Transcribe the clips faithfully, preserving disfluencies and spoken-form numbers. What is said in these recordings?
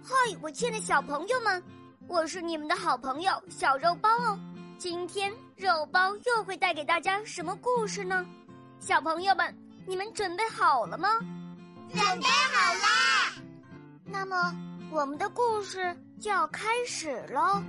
嗨，我亲爱的小朋友们，我是你们的好朋友小肉包哦。今天肉包又会带给大家什么故事呢？小朋友们，你们准备好了吗？ 准备好啦！ 那么我们的故事就要开始喽。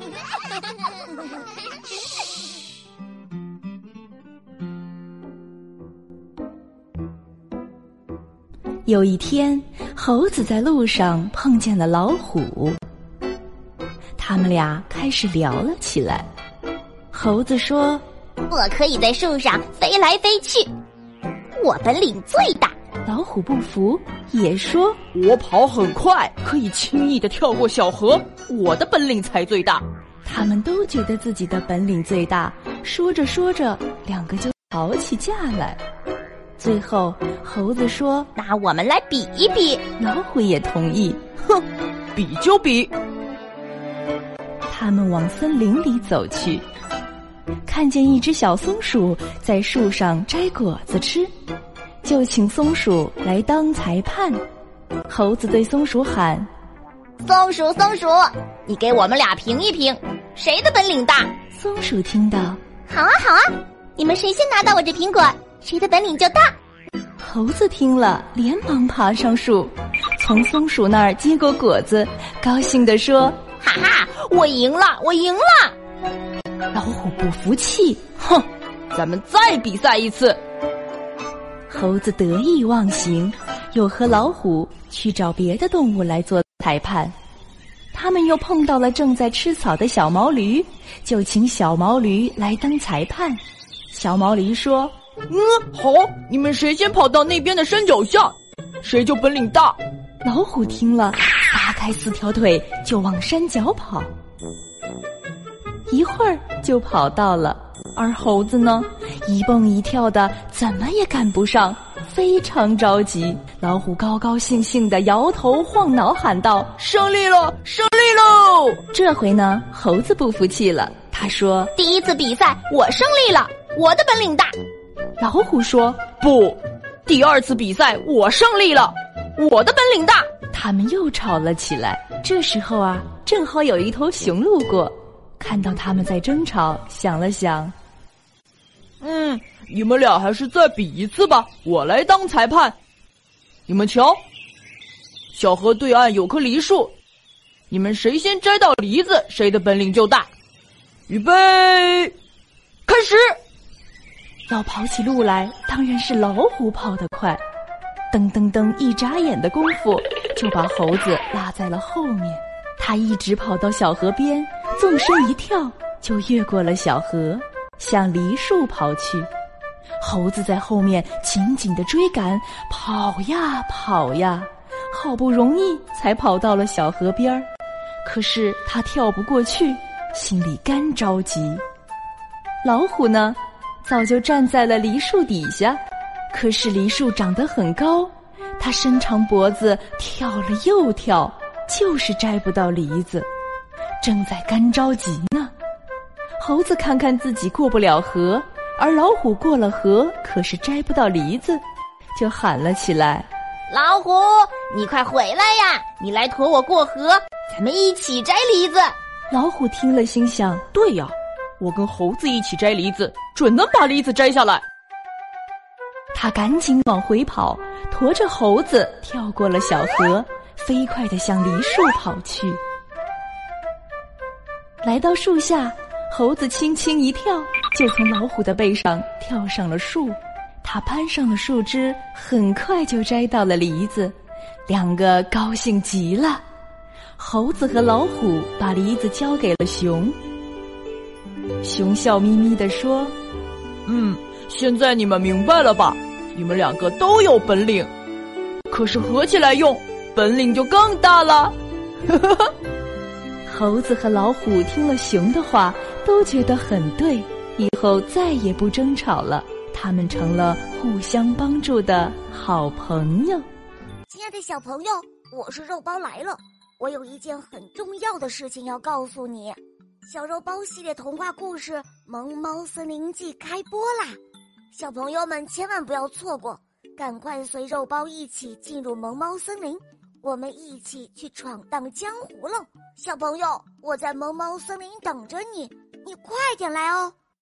有一天，猴子在路上碰见了老虎，他们俩开始聊了起来。猴子说：“ 我可以在树上飞来飞去，我本领最大。” 老虎不服，也说：“ 我跑很快，可以轻易地跳过小河，我的本领才最大。” 他们都觉得自己的本领最大，说着说着，两个就吵起架来。最后，猴子说：“ 那我们来比一比。” 老虎也同意。 哼，比就比。 他们往森林里走去，看见一只小松鼠在树上摘果子吃，就请松鼠来当裁判。猴子对松鼠喊：“ 松鼠，松鼠，你给我们俩评一评，谁的本领大？” 松鼠听到：“ 好啊，好啊，你们谁先拿到我这苹果，谁的本领就大。” 猴子听了，连忙爬上树，从松鼠那儿接过果子，高兴地说：“ 哈哈，我赢了，我赢了！” 老虎不服气， 哼，咱们再比赛一次。 猴子得意忘形，又和老虎去找别的动物来做裁判。他们又碰到了正在吃草的小毛驴，就请小毛驴来当裁判。小毛驴说：“ 嗯，好，你们谁先跑到那边的山脚下，谁就本领大。” 老虎听了，撒开四条腿就往山脚跑，一会儿就跑到了，而猴子呢，一蹦一跳的，怎么也赶不上，非常着急。老虎高高兴兴地摇头晃脑喊道：“ 胜利了，胜利喽！” 这回呢，猴子不服气了，他说：“ 第一次比赛我胜利了，我的本领大。” 老虎说：“ 不，第二次比赛我胜利了，我的本领大。” 他们又吵了起来。这时候啊，正好有一头熊路过，看到他们在争吵，想了想， 嗯，你们俩还是再比一次吧，我来当裁判。你们瞧，小河对岸有棵梨树，你们谁先摘到梨子，谁的本领就大。预备，开始！ 要跑起路来，当然是老虎跑得快，噔噔噔，一眨眼的功夫就把猴子落在了后面。他一直跑到小河边，纵身一跳就越过了小河，向梨树跑去。猴子在后面紧紧地追赶，跑呀跑呀，好不容易才跑到了小河边儿。可是他跳不过去，心里干着急。老虎呢，早就站在了梨树底下，可是梨树长得很高，它伸长脖子跳了又跳，就是摘不到梨子，正在干着急呢。猴子看看自己过不了河，而老虎过了河，可是摘不到梨子，就喊了起来：“ 老虎，你快回来呀！你来驮我过河，咱们一起摘梨子。” 老虎听了心想： 对呀，我跟猴子一起摘梨子，准能把梨子摘下来。 他赶紧往回跑，驮着猴子跳过了小河，飞快地向梨树跑去。来到树下，猴子轻轻一跳，就从老虎的背上跳上了树。他攀上了树枝，很快就摘到了梨子，两个高兴极了。猴子和老虎把梨子交给了熊。熊笑眯眯地说：“ 嗯，现在你们明白了吧？你们两个都有本领，可是合起来用，本领就更大了。” 猴子和老虎听了熊的话，都觉得很对，以后再也不争吵了。他们成了互相帮助的好朋友。 亲爱的小朋友，我是肉包来了，我有一件很重要的事情要告诉你。小肉包系列童话故事《萌猫森林记》开播啦！小朋友们千万不要错过，赶快随肉包一起进入萌猫森林， 我们一起去闯荡江湖喽！小朋友，我在萌猫森林等着你，你快点来哦！